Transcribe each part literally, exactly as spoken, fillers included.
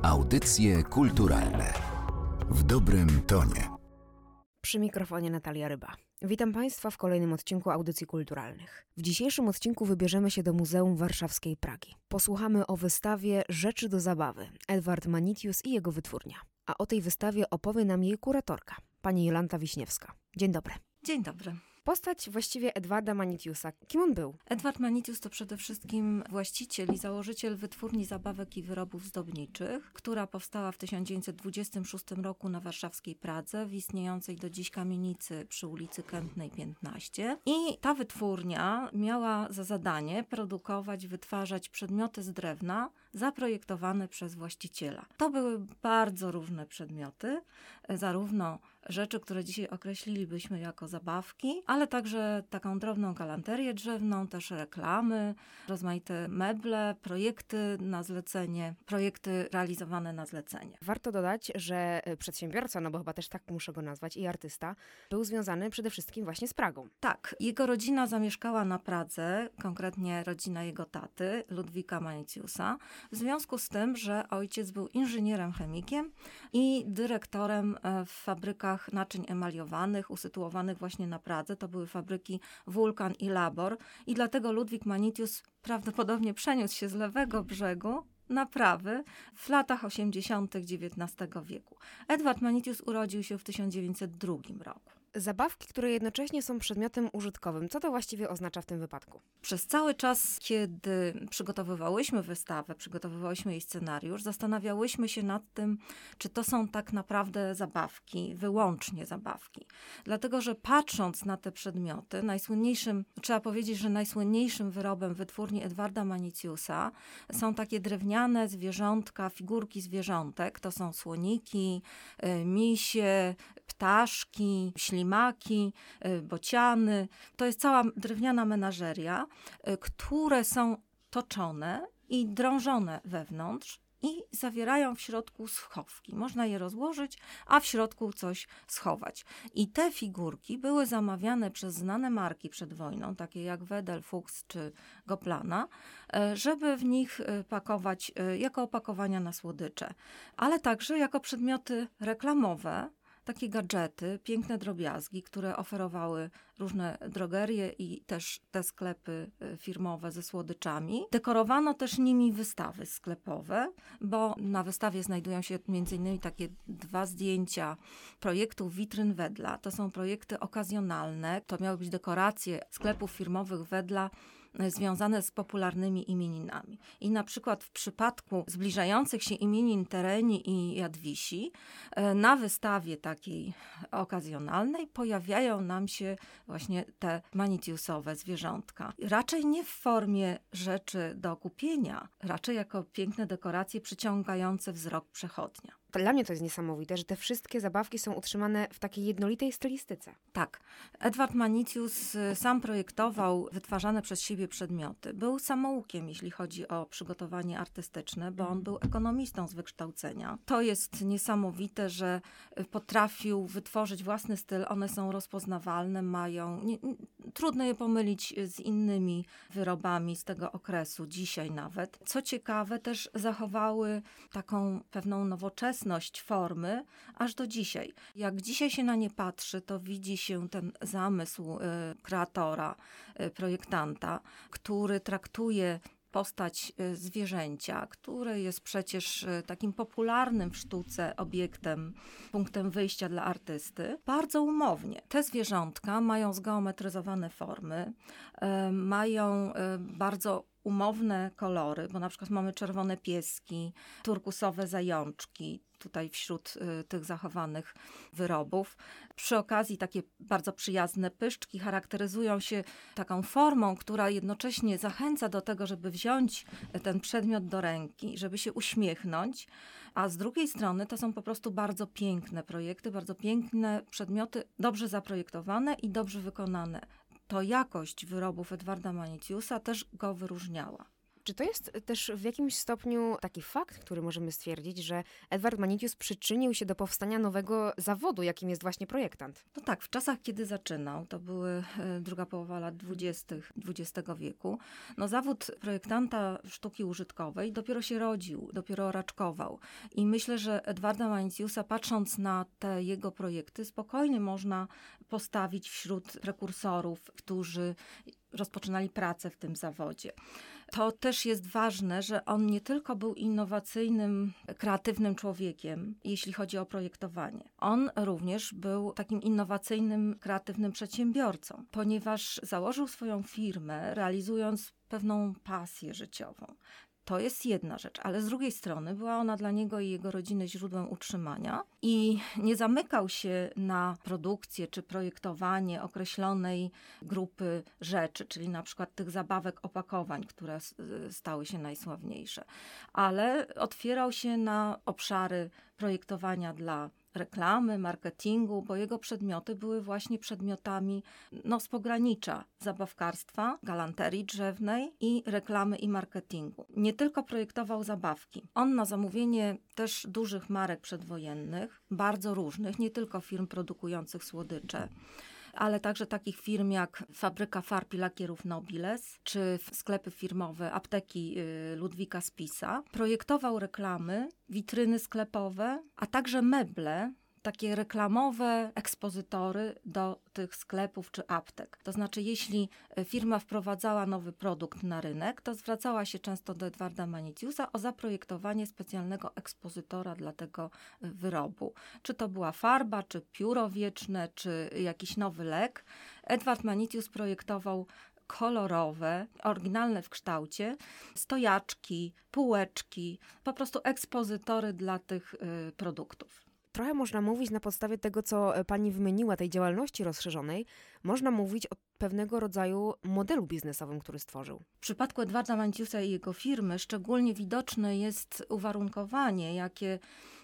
Audycje kulturalne w dobrym tonie. Przy mikrofonie Natalia Ryba. Witam Państwa w kolejnym odcinku Audycji Kulturalnych. W dzisiejszym odcinku wybierzemy się do Muzeum Warszawskiej Pragi. Posłuchamy o wystawie Rzeczy do zabawy, Edward Manitius i jego wytwórnia. A o tej wystawie opowie nam jej kuratorka, pani Jolanta Wiśniewska. Dzień dobry. Dzień dobry. Postać właściwie Edwarda Manitiusa. Kim on był? Edward Manitius to przede wszystkim właściciel i założyciel wytwórni zabawek i wyrobów zdobniczych, która powstała w tysiąc dziewięćset dwudziestym szóstym roku na warszawskiej Pradze, w istniejącej do dziś kamienicy przy ulicy Kępnej piętnaście. I ta wytwórnia miała za zadanie produkować, wytwarzać przedmioty z drewna zaprojektowane przez właściciela. To były bardzo różne przedmioty, zarówno rzeczy, które dzisiaj określilibyśmy jako zabawki, ale także taką drobną galanterię drzewną, też reklamy, rozmaite meble, projekty na zlecenie, projekty realizowane na zlecenie. Warto dodać, że przedsiębiorca, no bo chyba też tak muszę go nazwać, i artysta, był związany przede wszystkim właśnie z Pragą. Tak, jego rodzina zamieszkała na Pradze, konkretnie rodzina jego taty, Ludwika Manitiusa, w związku z tym, że ojciec był inżynierem chemikiem i dyrektorem w fabrykach naczyń emaliowanych, usytuowanych właśnie na Pradze. To były fabryki Wulkan i Labor i dlatego Ludwik Manitius prawdopodobnie przeniósł się z lewego brzegu na prawy w latach osiemdziesiątych dziewiętnastego wieku. Edward Manitius urodził się w tysiąc dziewięćset drugim roku. Zabawki, które jednocześnie są przedmiotem użytkowym. Co to właściwie oznacza w tym wypadku? Przez cały czas, kiedy przygotowywałyśmy wystawę, przygotowywałyśmy jej scenariusz, zastanawiałyśmy się nad tym, czy to są tak naprawdę zabawki, wyłącznie zabawki. Dlatego, że patrząc na te przedmioty, najsłynniejszym, trzeba powiedzieć, że najsłynniejszym wyrobem wytwórni Edwarda Manitiusa są takie drewniane zwierzątka, figurki zwierzątek. To są słoniki, misie, ptaszki, ślimaki, bociany. To jest cała drewniana menażeria, które są toczone i drążone wewnątrz i zawierają w środku schowki. Można je rozłożyć, a w środku coś schować. I te figurki były zamawiane przez znane marki przed wojną, takie jak Wedel, Fuchs czy Goplana, żeby w nich pakować jako opakowania na słodycze, ale także jako przedmioty reklamowe, takie gadżety, piękne drobiazgi, które oferowały różne drogerie i też te sklepy firmowe ze słodyczami. Dekorowano też nimi wystawy sklepowe, bo na wystawie znajdują się między innymi takie dwa zdjęcia projektów witryn Wedla. To są projekty okazjonalne. To miały być dekoracje sklepów firmowych Wedla związane z popularnymi imieninami. I na przykład w przypadku zbliżających się imienin Tereni i Jadwisi na wystawie takiej okazjonalnej pojawiają nam się właśnie te manitiusowe zwierzątka. Raczej nie w formie rzeczy do kupienia, raczej jako piękne dekoracje przyciągające wzrok przechodnia. Dla mnie to jest niesamowite, że te wszystkie zabawki są utrzymane w takiej jednolitej stylistyce. Tak. Edward Manitius sam projektował wytwarzane przez siebie przedmioty. Był samoukiem, jeśli chodzi o przygotowanie artystyczne, bo on był ekonomistą z wykształcenia. To jest niesamowite, że potrafił wytworzyć własny styl. One są rozpoznawalne, mają... Nie, nie, trudno je pomylić z innymi wyrobami z tego okresu, dzisiaj nawet. Co ciekawe, też zachowały taką pewną nowoczesność formy aż do dzisiaj. Jak dzisiaj się na nie patrzy, to widzi się ten zamysł y, kreatora, y, projektanta, który traktuje postać y, zwierzęcia, które jest przecież y, takim popularnym w sztuce obiektem, punktem wyjścia dla artysty, bardzo umownie. Te zwierzątka mają zgeometryzowane formy, y, mają y, bardzo umowne kolory, bo na przykład mamy czerwone pieski, turkusowe zajączki, tutaj wśród y, tych zachowanych wyrobów. Przy okazji takie bardzo przyjazne pyszczki charakteryzują się taką formą, która jednocześnie zachęca do tego, żeby wziąć ten przedmiot do ręki, żeby się uśmiechnąć, a z drugiej strony to są po prostu bardzo piękne projekty, bardzo piękne przedmioty, dobrze zaprojektowane i dobrze wykonane. To jakość wyrobów Edwarda Manitiusa też go wyróżniała. Czy to jest też w jakimś stopniu taki fakt, który możemy stwierdzić, że Edward Manitius przyczynił się do powstania nowego zawodu, jakim jest właśnie projektant? No tak, w czasach, kiedy zaczynał, to były e, druga połowa lat dwudziestych dwudziestego wieku, no zawód projektanta sztuki użytkowej dopiero się rodził, dopiero raczkował. I myślę, że Edwarda Manitiusa, patrząc na te jego projekty, spokojnie można postawić wśród prekursorów, którzy rozpoczynali pracę w tym zawodzie. To też jest ważne, że on nie tylko był innowacyjnym, kreatywnym człowiekiem, jeśli chodzi o projektowanie. On również był takim innowacyjnym, kreatywnym przedsiębiorcą, ponieważ założył swoją firmę, realizując pewną pasję życiową. To jest jedna rzecz, ale z drugiej strony była ona dla niego i jego rodziny źródłem utrzymania i nie zamykał się na produkcję czy projektowanie określonej grupy rzeczy, czyli na przykład tych zabawek, opakowań, które stały się najsławniejsze, ale otwierał się na obszary projektowania dla reklamy, marketingu, bo jego przedmioty były właśnie przedmiotami no, z pogranicza zabawkarstwa, galanterii drzewnej i reklamy i marketingu. Nie tylko projektował zabawki. On na zamówienie też dużych marek przedwojennych, bardzo różnych, nie tylko firm produkujących słodycze, ale także takich firm jak Fabryka Farb i Lakierów Nobiles, czy sklepy firmowe, apteki Ludwika Spisa. Projektował reklamy, witryny sklepowe, a także meble, takie reklamowe ekspozytory do tych sklepów czy aptek. To znaczy, jeśli firma wprowadzała nowy produkt na rynek, to zwracała się często do Edwarda Manitiusa o zaprojektowanie specjalnego ekspozytora dla tego wyrobu. Czy to była farba, czy pióro wieczne, czy jakiś nowy lek. Edward Manitius projektował kolorowe, oryginalne w kształcie, stojaczki, półeczki, po prostu ekspozytory dla tych y, produktów. Trochę można mówić na podstawie tego, co pani wymieniła, tej działalności rozszerzonej, można mówić o pewnego rodzaju modelu biznesowym, który stworzył. W przypadku Edwarda Manitiusa i jego firmy szczególnie widoczne jest uwarunkowanie, jakie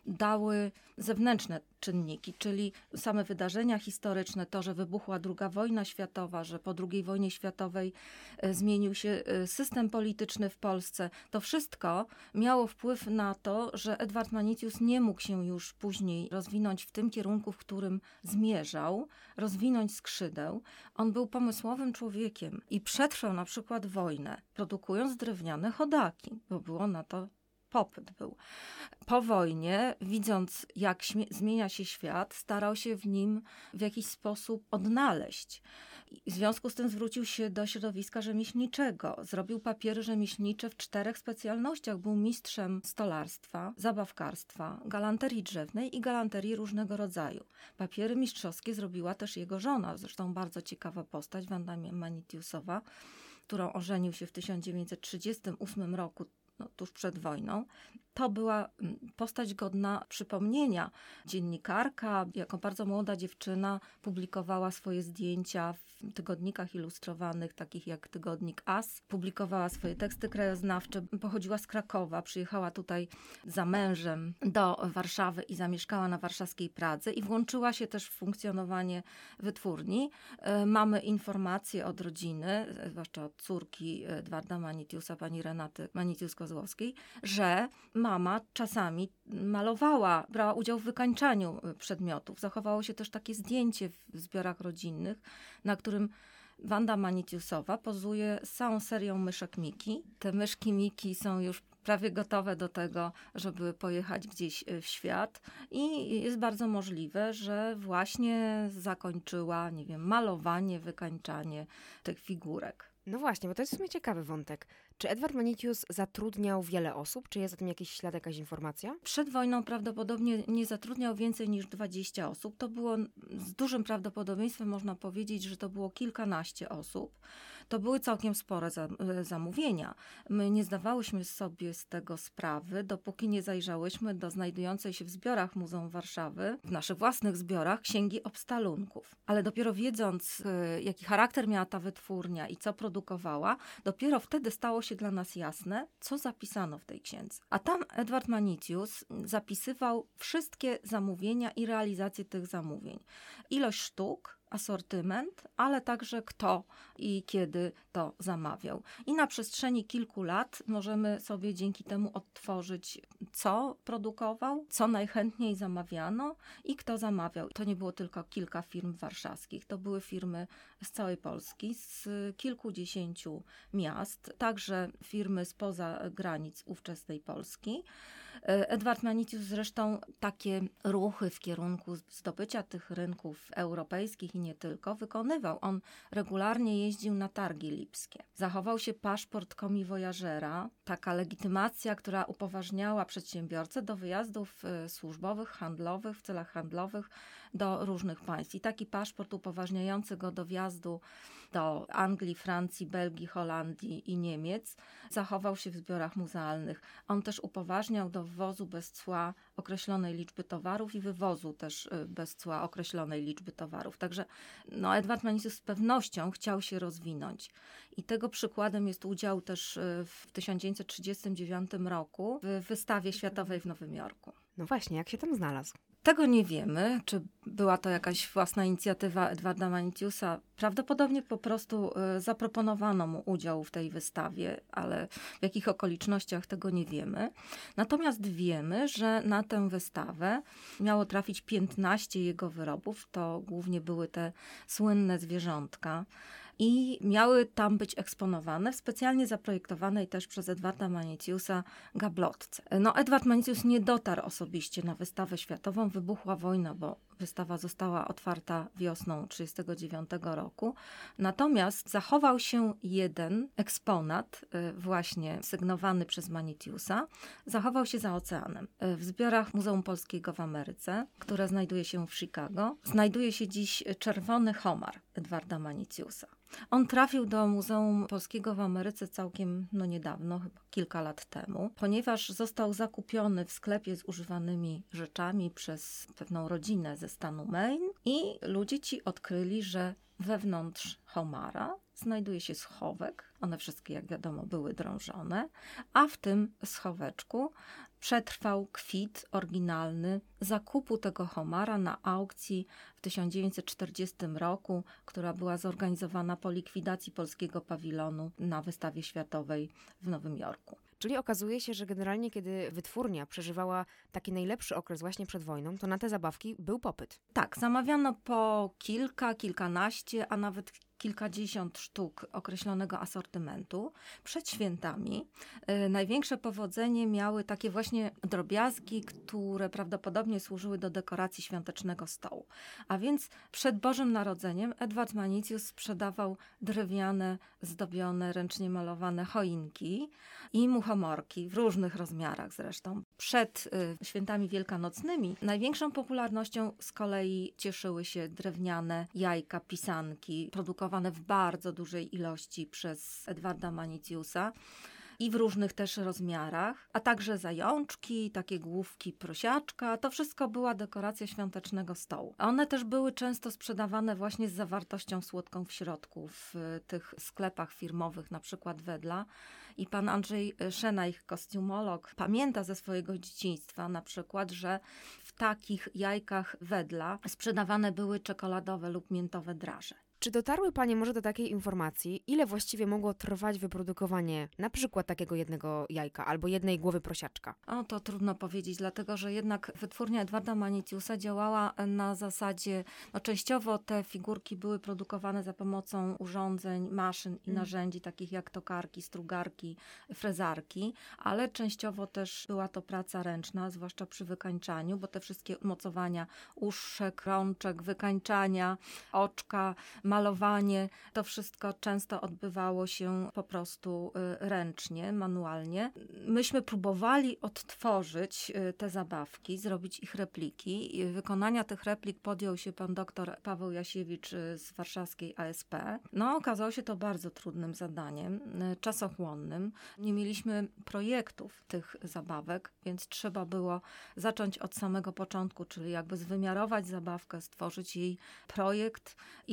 dały zewnętrzne czynniki, czyli same wydarzenia historyczne, to, że wybuchła druga wojna światowa, że po drugiej wojnie światowej zmienił się system polityczny w Polsce. To wszystko miało wpływ na to, że Edward Manitius nie mógł się już później rozwinąć w tym kierunku, w którym zmierzał, rozwinąć skrzydeł. On był pomysłowym człowiekiem i przetrwał na przykład wojnę, produkując drewniane chodaki, bo było na to popyt był. Po wojnie, widząc jak zmienia się świat, starał się w nim w jakiś sposób odnaleźć. W związku z tym zwrócił się do środowiska rzemieślniczego. Zrobił papiery rzemieślnicze w czterech specjalnościach. Był mistrzem stolarstwa, zabawkarstwa, galanterii drzewnej i galanterii różnego rodzaju. Papiery mistrzowskie zrobiła też jego żona, zresztą bardzo ciekawa postać, Wanda Manitiusowa, którą ożenił się w tysiąc dziewięćset trzydziestym ósmym roku, no, tuż przed wojną. To była postać godna przypomnienia. Dziennikarka, jako bardzo młoda dziewczyna, publikowała swoje zdjęcia w tygodnikach ilustrowanych, takich jak tygodnik As. Publikowała swoje teksty krajoznawcze. Pochodziła z Krakowa, przyjechała tutaj za mężem do Warszawy i zamieszkała na warszawskiej Pradze i włączyła się też w funkcjonowanie wytwórni. Mamy informacje od rodziny, zwłaszcza od córki Edwarda Manitiusa, pani Renaty Manitius-Kozłowskiej, że mama czasami malowała, brała udział w wykańczaniu przedmiotów. Zachowało się też takie zdjęcie w zbiorach rodzinnych, na którym Wanda Manitiusowa pozuje z całą serią myszek Miki. Te myszki Miki są już prawie gotowe do tego, żeby pojechać gdzieś w świat i jest bardzo możliwe, że właśnie zakończyła, nie wiem, malowanie, wykańczanie tych figurek. No właśnie, bo to jest w sumie ciekawy wątek. Czy Edward Manitius zatrudniał wiele osób? Czy jest za tym jakiś ślad, jakaś informacja? Przed wojną prawdopodobnie nie zatrudniał więcej niż dwadzieścia osób. To było z dużym prawdopodobieństwem, można powiedzieć, że to było kilkanaście osób. To były całkiem spore zamówienia. My nie zdawałyśmy sobie z tego sprawy, dopóki nie zajrzałyśmy do znajdującej się w zbiorach Muzeum Warszawy, w naszych własnych zbiorach, księgi obstalunków. Ale dopiero wiedząc, jaki charakter miała ta wytwórnia i co produkowała, dopiero wtedy stało się dla nas jasne, co zapisano w tej księdze. A tam Edward Manitius zapisywał wszystkie zamówienia i realizację tych zamówień. Ilość sztuk, asortyment, ale także kto i kiedy to zamawiał. I na przestrzeni kilku lat możemy sobie dzięki temu odtworzyć, co produkował, co najchętniej zamawiano i kto zamawiał. To nie było tylko kilka firm warszawskich, to były firmy z całej Polski, z kilkudziesięciu miast, także firmy spoza granic ówczesnej Polski. Edward Manitius zresztą takie ruchy w kierunku zdobycia tych rynków europejskich i nie tylko wykonywał. On regularnie jeździł na targi lipskie. Zachował się paszport komiwojażera, taka legitymacja, która upoważniała przedsiębiorcę do wyjazdów służbowych, handlowych, w celach handlowych do różnych państw. I taki paszport upoważniający go do wjazdu do Anglii, Francji, Belgii, Holandii i Niemiec zachował się w zbiorach muzealnych. On też upoważniał do wwozu bez cła określonej liczby towarów i wywozu też bez cła określonej liczby towarów. Także no, Edward Manitius z pewnością chciał się rozwinąć. I tego przykładem jest udział też w tysiąc dziewięćset trzydziestym dziewiątym roku w wystawie światowej w Nowym Jorku. No właśnie, jak się tam znalazł? Tego nie wiemy, czy była to jakaś własna inicjatywa Edwarda Manitiusa. Prawdopodobnie po prostu zaproponowano mu udział w tej wystawie, ale w jakich okolicznościach tego nie wiemy. Natomiast wiemy, że na tę wystawę miało trafić piętnaście jego wyrobów. To głównie były te słynne zwierzątka. I miały tam być eksponowane w specjalnie zaprojektowanej też przez Edwarda Manitiusa gablotce. No, Edward Manitius nie dotarł osobiście na wystawę światową. Wybuchła wojna, bo wystawa została otwarta wiosną tysiąc dziewięćset trzydziestego dziewiątego roku. Natomiast zachował się jeden eksponat, właśnie sygnowany przez Manitiusa, zachował się za oceanem. W zbiorach Muzeum Polskiego w Ameryce, które znajduje się w Chicago, znajduje się dziś czerwony homar Edwarda Manitiusa. On trafił do Muzeum Polskiego w Ameryce całkiem no niedawno, chyba kilka lat temu, ponieważ został zakupiony w sklepie z używanymi rzeczami przez pewną rodzinę ze stanu Maine i ludzie ci odkryli, że wewnątrz homara znajduje się schowek. One wszystkie, jak wiadomo, były drążone, a w tym schoweczku przetrwał kwit oryginalny zakupu tego homara na aukcji w tysiąc dziewięćset czterdziestym roku, która była zorganizowana po likwidacji polskiego pawilonu na wystawie światowej w Nowym Jorku. Czyli okazuje się, że generalnie kiedy wytwórnia przeżywała taki najlepszy okres właśnie przed wojną, to na te zabawki był popyt. Tak, zamawiano po kilka, kilkanaście, a nawet kilkadziesiąt sztuk określonego asortymentu. Przed świętami y, największe powodzenie miały takie właśnie drobiazgi, które prawdopodobnie służyły do dekoracji świątecznego stołu. A więc przed Bożym Narodzeniem Edward Manitius sprzedawał drewniane, zdobione, ręcznie malowane choinki i muchomorki w różnych rozmiarach zresztą. Przed y, świętami wielkanocnymi największą popularnością z kolei cieszyły się drewniane jajka, pisanki, produkowane w bardzo dużej ilości przez Edwarda Manitiusa i w różnych też rozmiarach, a także zajączki, takie główki prosiaczka. To wszystko była dekoracja świątecznego stołu. One też były często sprzedawane właśnie z zawartością słodką w środku w tych sklepach firmowych, na przykład Wedla. I pan Andrzej Szenajch, kostiumolog, pamięta ze swojego dzieciństwa na przykład, że w takich jajkach Wedla sprzedawane były czekoladowe lub miętowe draże. Czy dotarły Panie może do takiej informacji, ile właściwie mogło trwać wyprodukowanie na przykład takiego jednego jajka albo jednej głowy prosiaczka? O, to trudno powiedzieć, dlatego że jednak wytwórnia Edwarda Manitiusa działała na zasadzie, no częściowo te figurki były produkowane za pomocą urządzeń, maszyn i narzędzi, takich jak tokarki, strugarki, frezarki, ale częściowo też była to praca ręczna, zwłaszcza przy wykańczaniu, bo te wszystkie mocowania uszek, rączek, wykańczania, oczka, malowanie, to wszystko często odbywało się po prostu ręcznie, manualnie. Myśmy próbowali odtworzyć te zabawki, zrobić ich repliki. Wykonania tych replik podjął się pan doktor Paweł Jasiewicz z warszawskiej A S P. No, okazało się to bardzo trudnym zadaniem, czasochłonnym. Nie mieliśmy projektów tych zabawek, więc trzeba było zacząć od samego początku, czyli jakby zwymiarować zabawkę, stworzyć jej projekt i zacząć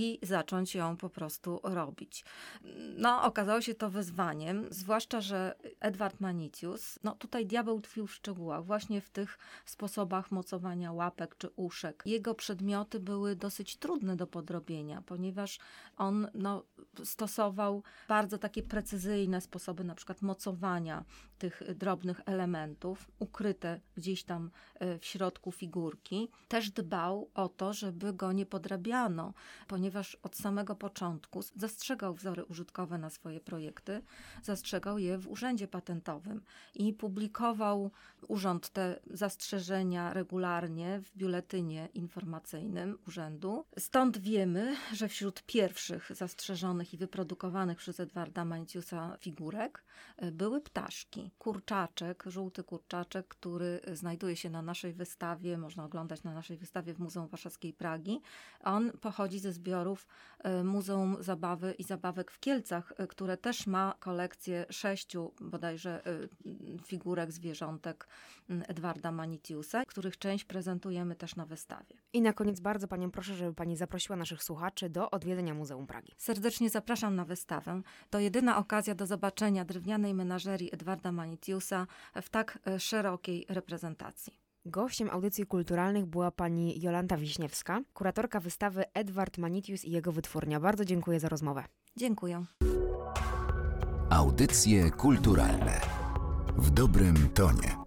zacząć ją po prostu robić. No, okazało się to wyzwaniem, zwłaszcza, że Edward Manitius, no tutaj diabeł tkwił w szczegółach, właśnie w tych sposobach mocowania łapek czy uszek. Jego przedmioty były dosyć trudne do podrobienia, ponieważ on no, stosował bardzo takie precyzyjne sposoby, na przykład mocowania tych drobnych elementów, ukryte gdzieś tam w środku figurki. Też dbał o to, żeby go nie podrabiano, ponieważ od samego początku zastrzegał wzory użytkowe na swoje projekty, zastrzegał je w urzędzie patentowym i publikował urząd te zastrzeżenia regularnie w biuletynie informacyjnym urzędu. Stąd wiemy, że wśród pierwszych zastrzeżonych i wyprodukowanych przez Edwarda Manitiusa figurek były ptaszki. Kurczaczek, żółty kurczaczek, który znajduje się na naszej wystawie, można oglądać na naszej wystawie w Muzeum Warszawskiej Pragi. On pochodzi ze zbiorów Muzeum Zabawy i Zabawek w Kielcach, które też ma kolekcję sześciu bodajże figurek zwierzątek Edwarda Manitiusa, których część prezentujemy też na wystawie. I na koniec bardzo Panią proszę, żeby Pani zaprosiła naszych słuchaczy do odwiedzenia Muzeum Pragi. Serdecznie zapraszam na wystawę. To jedyna okazja do zobaczenia drewnianej menażerii Edwarda Manitiusa w tak szerokiej reprezentacji. Gościem audycji kulturalnych była pani Jolanta Wiśniewska, kuratorka wystawy Edward Manitius i jego wytwórnia. Bardzo dziękuję za rozmowę. Dziękuję. Audycje kulturalne w dobrym tonie.